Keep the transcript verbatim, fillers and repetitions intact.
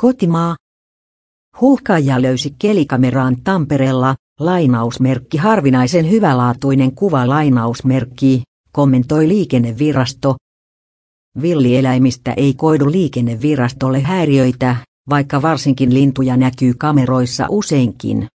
kotimaa. Huuhkaaja löysi kelikameraan Tampereella, lainausmerkki harvinaisen hyvälaatuinen kuva lainausmerkki, kommentoi liikennevirasto. Villieläimistä ei koidu liikennevirastolle häiriöitä, vaikka varsinkin lintuja näkyy kameroissa useinkin.